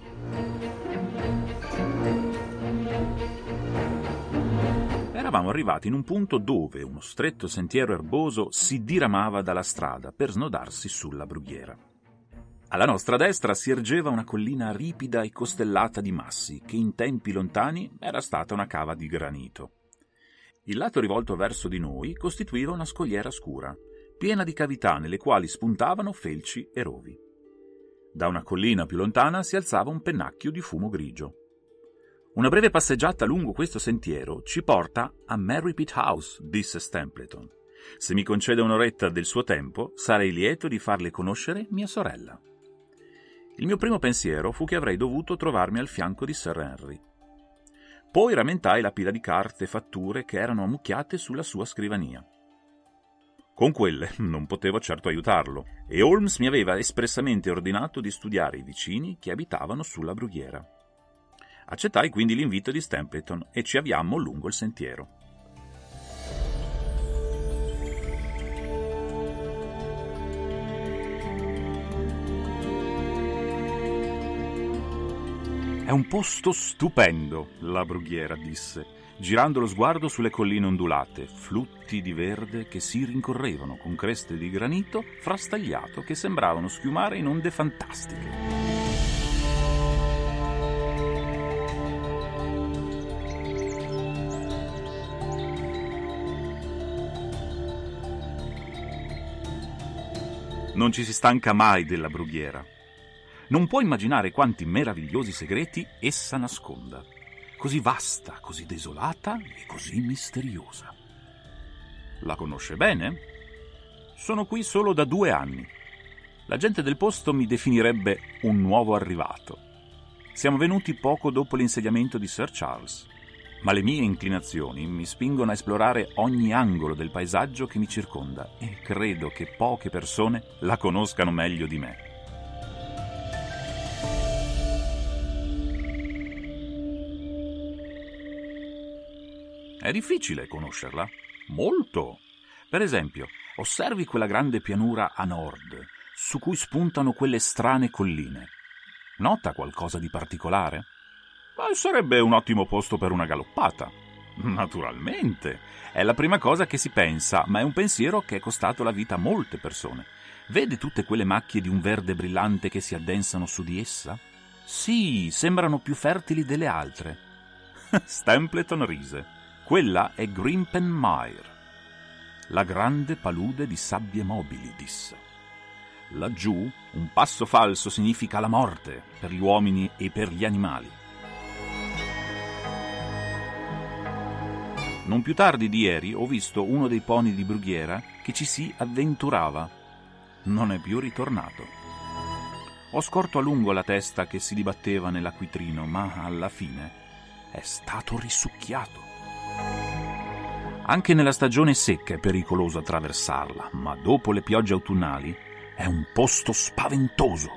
Eravamo arrivati in un punto dove uno stretto sentiero erboso si diramava dalla strada per snodarsi sulla brughiera. Alla nostra destra si ergeva una collina ripida e costellata di massi, che in tempi lontani era stata una cava di granito. Il lato rivolto verso di noi costituiva una scogliera scura, piena di cavità nelle quali spuntavano felci e rovi. Da una collina più lontana si alzava un pennacchio di fumo grigio. Una breve passeggiata lungo questo sentiero ci porta a Merripit House, disse Stapleton. Se mi concede un'oretta del suo tempo, sarei lieto di farle conoscere mia sorella. Il mio primo pensiero fu che avrei dovuto trovarmi al fianco di Sir Henry. Poi rammentai la pila di carte e fatture che erano ammucchiate sulla sua scrivania. Con quelle non potevo certo aiutarlo, e Holmes mi aveva espressamente ordinato di studiare i vicini che abitavano sulla brughiera. Accettai quindi l'invito di Stapleton e ci avviammo lungo il sentiero. È un posto stupendo, la brughiera disse, girando lo sguardo sulle colline ondulate, flutti di verde che si rincorrevano con creste di granito frastagliato che sembravano schiumare in onde fantastiche. Non ci si stanca mai della brughiera. Non può immaginare quanti meravigliosi segreti essa nasconda. Così vasta, così desolata e così misteriosa. La conosce bene? Sono qui solo da 2 anni. La gente del posto mi definirebbe un nuovo arrivato. Siamo venuti poco dopo l'insediamento di Sir Charles, ma le mie inclinazioni mi spingono a esplorare ogni angolo del paesaggio che mi circonda e credo che poche persone la conoscano meglio di me. È difficile conoscerla? Molto. Per esempio, osservi quella grande pianura a nord, su cui spuntano quelle strane colline. Nota qualcosa di particolare? Ma sarebbe un ottimo posto per una galoppata. Naturalmente. È la prima cosa che si pensa, ma è un pensiero che è costato la vita a molte persone. Vede tutte quelle macchie di un verde brillante che si addensano su di essa? Sì, sembrano più fertili delle altre. Stapleton rise. Quella è Grimpen Mire, la grande palude di sabbie mobili, disse. Laggiù un passo falso significa la morte per gli uomini e per gli animali. Non più tardi di ieri ho visto uno dei pony di Brughiera che ci si avventurava. Non è più ritornato. Ho scorto a lungo la testa che si dibatteva nell'acquitrino, ma alla fine è stato risucchiato. Anche nella stagione secca è pericoloso attraversarla, ma dopo le piogge autunnali è un posto spaventoso.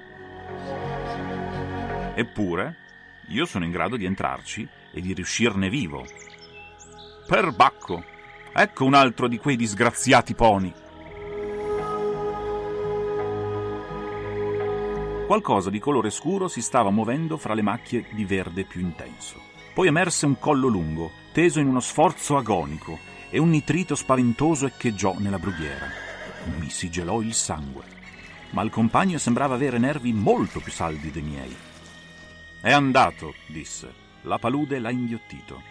Eppure, io sono in grado di entrarci e di riuscirne vivo. Perbacco! Ecco un altro di quei disgraziati pony! Qualcosa di colore scuro si stava muovendo fra le macchie di verde più intenso. Poi emerse un collo lungo, teso in uno sforzo agonico, e un nitrito spaventoso echeggiò nella brughiera. Mi si gelò il sangue, ma il compagno sembrava avere nervi molto più saldi dei miei. È andato, disse. La palude l'ha inghiottito.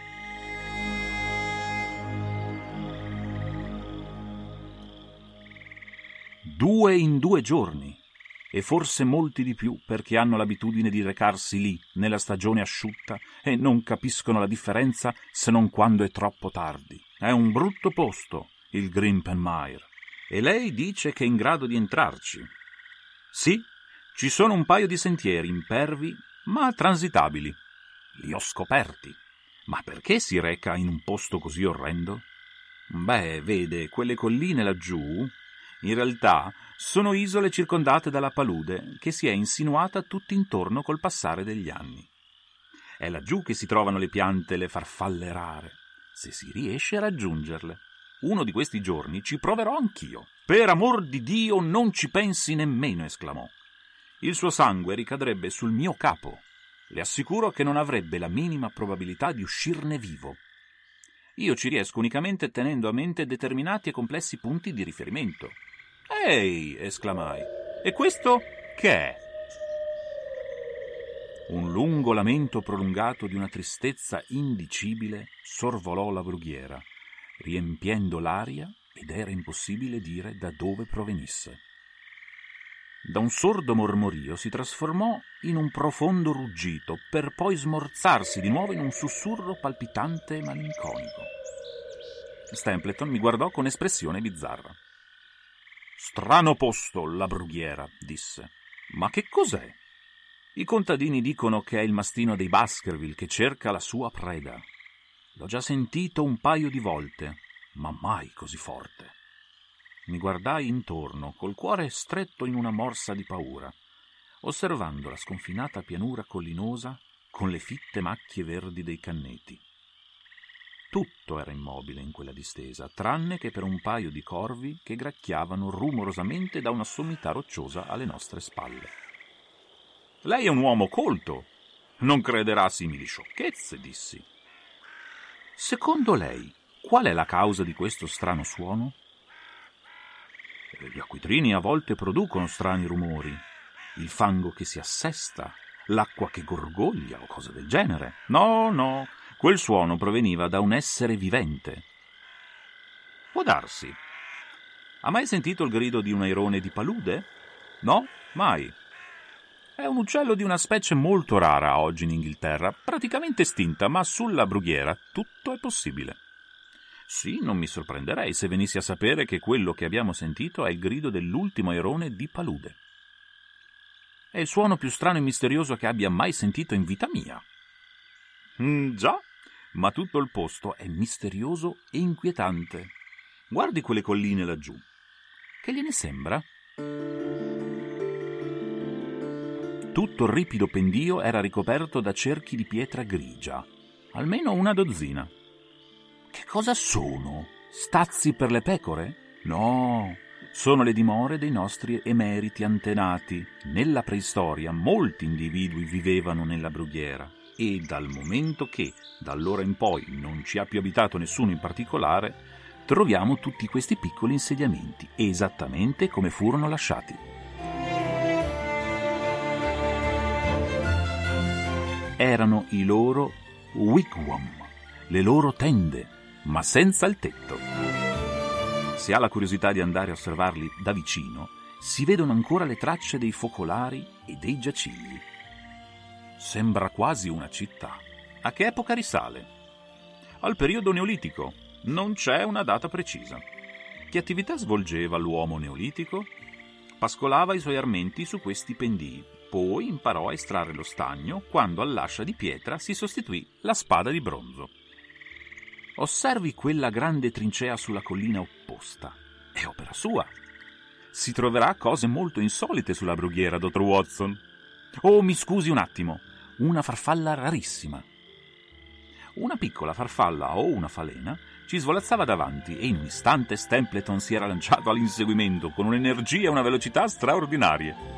Due in 2 giorni, e forse molti di più perché hanno l'abitudine di recarsi lì nella stagione asciutta e non capiscono la differenza se non quando è troppo tardi. È un brutto posto, il Grimpen Mire, e lei dice che è in grado di entrarci. Sì, ci sono un paio di sentieri impervi ma transitabili. Li ho scoperti. Ma perché si reca in un posto così orrendo? Beh, vede, quelle colline laggiù in realtà sono isole circondate dalla palude che si è insinuata tutt'intorno col passare degli anni. È laggiù che si trovano le piante e le farfalle rare, se si riesce a raggiungerle. Uno di questi giorni ci proverò anch'io. Per amor di Dio, non ci pensi nemmeno, esclamò. Il suo sangue ricadrebbe sul mio capo. Le assicuro che non avrebbe la minima probabilità di uscirne vivo. Io ci riesco unicamente tenendo a mente determinati e complessi punti di riferimento. Ehi, esclamai, e questo che è? Un lungo lamento prolungato di una tristezza indicibile sorvolò la brughiera, riempiendo l'aria ed era impossibile dire da dove provenisse. Da un sordo mormorio si trasformò in un profondo ruggito, per poi smorzarsi di nuovo in un sussurro palpitante e malinconico. Stapleton mi guardò con espressione bizzarra. «Strano posto, la brughiera», disse. «Ma che cos'è?» «I contadini dicono che è il mastino dei Baskerville che cerca la sua preda. L'ho già sentito un paio di volte, ma mai così forte». Mi guardai intorno, col cuore stretto in una morsa di paura, osservando la sconfinata pianura collinosa con le fitte macchie verdi dei canneti. Tutto era immobile in quella distesa, tranne che per un paio di corvi che gracchiavano rumorosamente da una sommità rocciosa alle nostre spalle. «Lei è un uomo colto. Non crederà a simili sciocchezze», dissi. «Secondo lei, qual è la causa di questo strano suono?» «Gli acquitrini a volte producono strani rumori. Il fango che si assesta, l'acqua che gorgoglia o cose del genere. No, quel suono proveniva da un essere vivente». «Può darsi. Ha mai sentito il grido di un airone di palude?» «No, mai. È un uccello di una specie molto rara oggi in Inghilterra, praticamente estinta, ma sulla brughiera tutto è possibile». «Sì, non mi sorprenderei se venissi a sapere che quello che abbiamo sentito è il grido dell'ultimo airone di palude. È il suono più strano e misterioso che abbia mai sentito in vita mia». «Già, ma tutto il posto è misterioso e inquietante. Guardi quelle colline laggiù. Che gliene sembra?» Tutto il ripido pendio era ricoperto da cerchi di pietra grigia, almeno una dozzina. «Che cosa sono? Stazzi per le pecore? No, sono le dimore dei nostri emeriti antenati. Nella preistoria molti individui vivevano nella brughiera e dal momento che da allora in poi non ci ha più abitato nessuno in particolare, troviamo tutti questi piccoli insediamenti esattamente come furono lasciati. Erano i loro wigwam, le loro tende, ma senza il tetto. Se ha la curiosità di andare a osservarli da vicino, si vedono ancora le tracce dei focolari e dei giacigli. Sembra quasi una città. A che epoca risale? Al periodo neolitico. Non c'è una data precisa. Che attività svolgeva l'uomo neolitico? Pascolava i suoi armenti su questi pendii, poi imparò a estrarre lo stagno quando all'ascia di pietra si sostituì la spada di bronzo. Osservi quella grande trincea sulla collina opposta. È opera sua. Si troverà cose molto insolite sulla brughiera, dottor Watson. Oh, mi scusi un attimo. Una farfalla rarissima. Una piccola farfalla o una falena ci svolazzava davanti e in un istante Stapleton si era lanciato all'inseguimento con un'energia e una velocità straordinarie.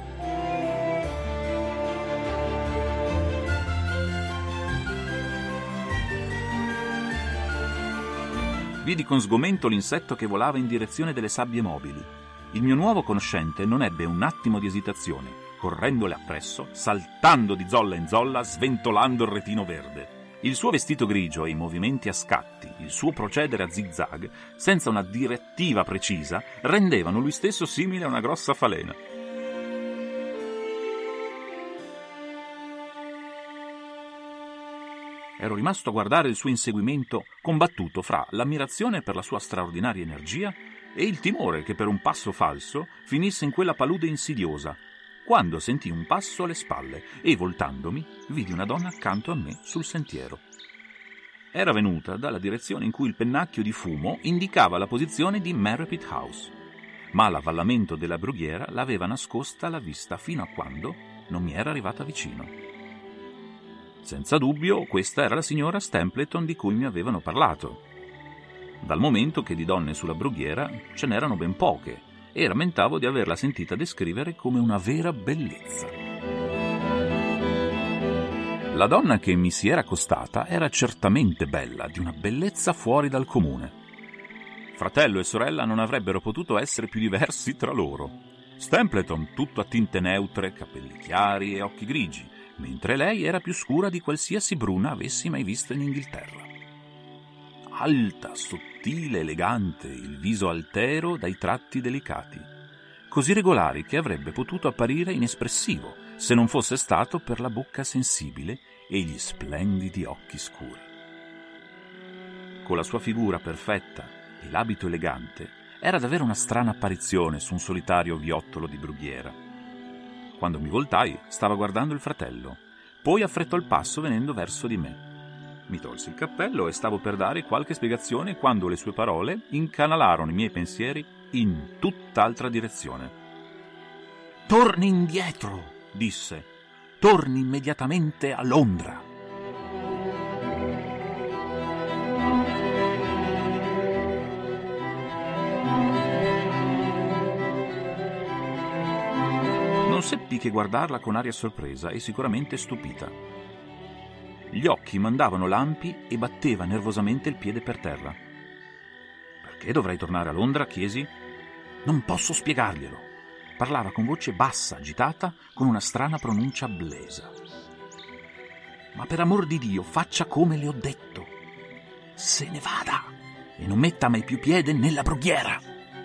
Vidi con sgomento l'insetto che volava in direzione delle sabbie mobili. Il mio nuovo conoscente non ebbe un attimo di esitazione, correndole appresso, saltando di zolla in zolla, sventolando il retino verde. Il suo vestito grigio e i movimenti a scatti, il suo procedere a zigzag, senza una direttiva precisa, rendevano lui stesso simile a una grossa falena. Ero rimasto a guardare il suo inseguimento combattuto fra l'ammirazione per la sua straordinaria energia e il timore che per un passo falso finisse in quella palude insidiosa, quando sentii un passo alle spalle e, voltandomi, vidi una donna accanto a me sul sentiero. Era venuta dalla direzione in cui il pennacchio di fumo indicava la posizione di Merripit House, ma l'avvallamento della brughiera l'aveva nascosta alla vista fino a quando non mi era arrivata vicino. Senza dubbio, questa era la signora Stapleton di cui mi avevano parlato, dal momento che di donne sulla brughiera ce n'erano ben poche, e rammentavo di averla sentita descrivere come una vera bellezza. La donna che mi si era accostata era certamente bella, di una bellezza fuori dal comune. Fratello e sorella non avrebbero potuto essere più diversi tra loro. Stapleton tutto a tinte neutre, capelli chiari e occhi grigi, mentre lei era più scura di qualsiasi bruna avessi mai visto in Inghilterra. Alta, sottile, elegante, il viso altero dai tratti delicati, così regolari che avrebbe potuto apparire inespressivo se non fosse stato per la bocca sensibile e gli splendidi occhi scuri. Con la sua figura perfetta e l'abito elegante, era davvero una strana apparizione su un solitario viottolo di brughiera. Quando mi voltai, stava guardando il fratello, poi affrettò il passo venendo verso di me. Mi tolse il cappello e stavo per dare qualche spiegazione quando le sue parole incanalarono i miei pensieri in tutt'altra direzione. «Torni indietro», disse. «Torni immediatamente a Londra». Non seppi che guardarla con aria sorpresa e sicuramente stupita. Gli occhi mandavano lampi e batteva nervosamente il piede per terra. «Perché dovrei tornare a Londra?» chiesi. «Non posso spiegarglielo». Parlava con voce bassa, agitata, con una strana pronuncia blesa. «Ma per amor di Dio, faccia come le ho detto. Se ne vada e non metta mai più piede nella brughiera».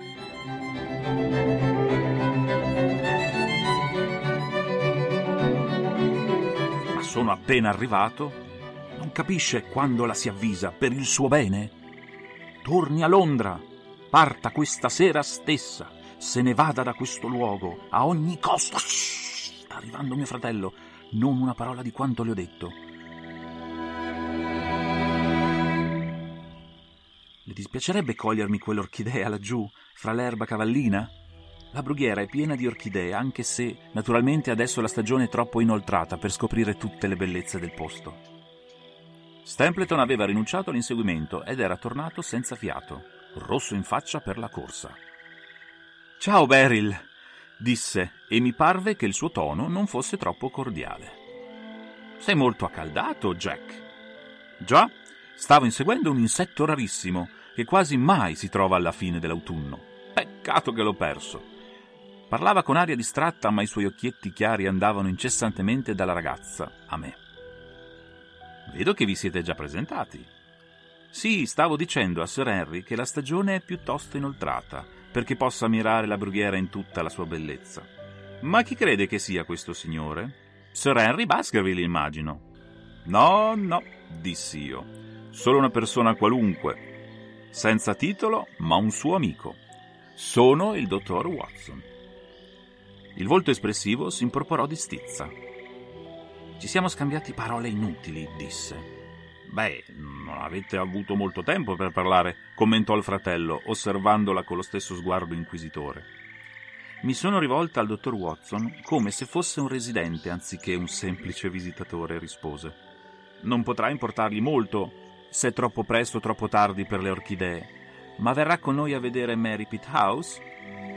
«Ma sono appena arrivato. Non capisce quando la si avvisa per il suo bene? Torni a Londra, parta questa sera stessa, se ne vada da questo luogo a ogni costo». Shhh, sta arrivando mio fratello, non una parola di quanto le ho detto. Le dispiacerebbe cogliermi quell'orchidea laggiù, fra l'erba cavallina? La brughiera è piena di orchidee, anche se, naturalmente, adesso la stagione è troppo inoltrata per scoprire tutte le bellezze del posto. Stapleton aveva rinunciato all'inseguimento ed era tornato senza fiato, rosso in faccia per la corsa. «Ciao, Beryl», disse, e mi parve che il suo tono non fosse troppo cordiale. «Sei molto accaldato, Jack». «Già, stavo inseguendo un insetto rarissimo che quasi mai si trova alla fine dell'autunno. Peccato che l'ho perso». Parlava con aria distratta, ma i suoi occhietti chiari andavano incessantemente dalla ragazza a me. «Vedo che vi siete già presentati». «Sì, stavo dicendo a Sir Henry che la stagione è piuttosto inoltrata, perché possa ammirare la brughiera in tutta la sua bellezza». «Ma chi crede che sia questo signore?» «Sir Henry Baskerville, immagino». «No, dissi io. Solo una persona qualunque, senza titolo, ma un suo amico. Sono il dottor Watson». Il volto espressivo si imporporò di stizza. «Ci siamo scambiati parole inutili», disse. «Beh, non avete avuto molto tempo per parlare», commentò il fratello, osservandola con lo stesso sguardo inquisitore. Mi sono rivolta al dottor Watson come se fosse un residente anziché un semplice visitatore, rispose. «Non potrà importargli molto se è troppo presto o troppo tardi per le orchidee, ma verrà con noi a vedere Mary Pitt House?»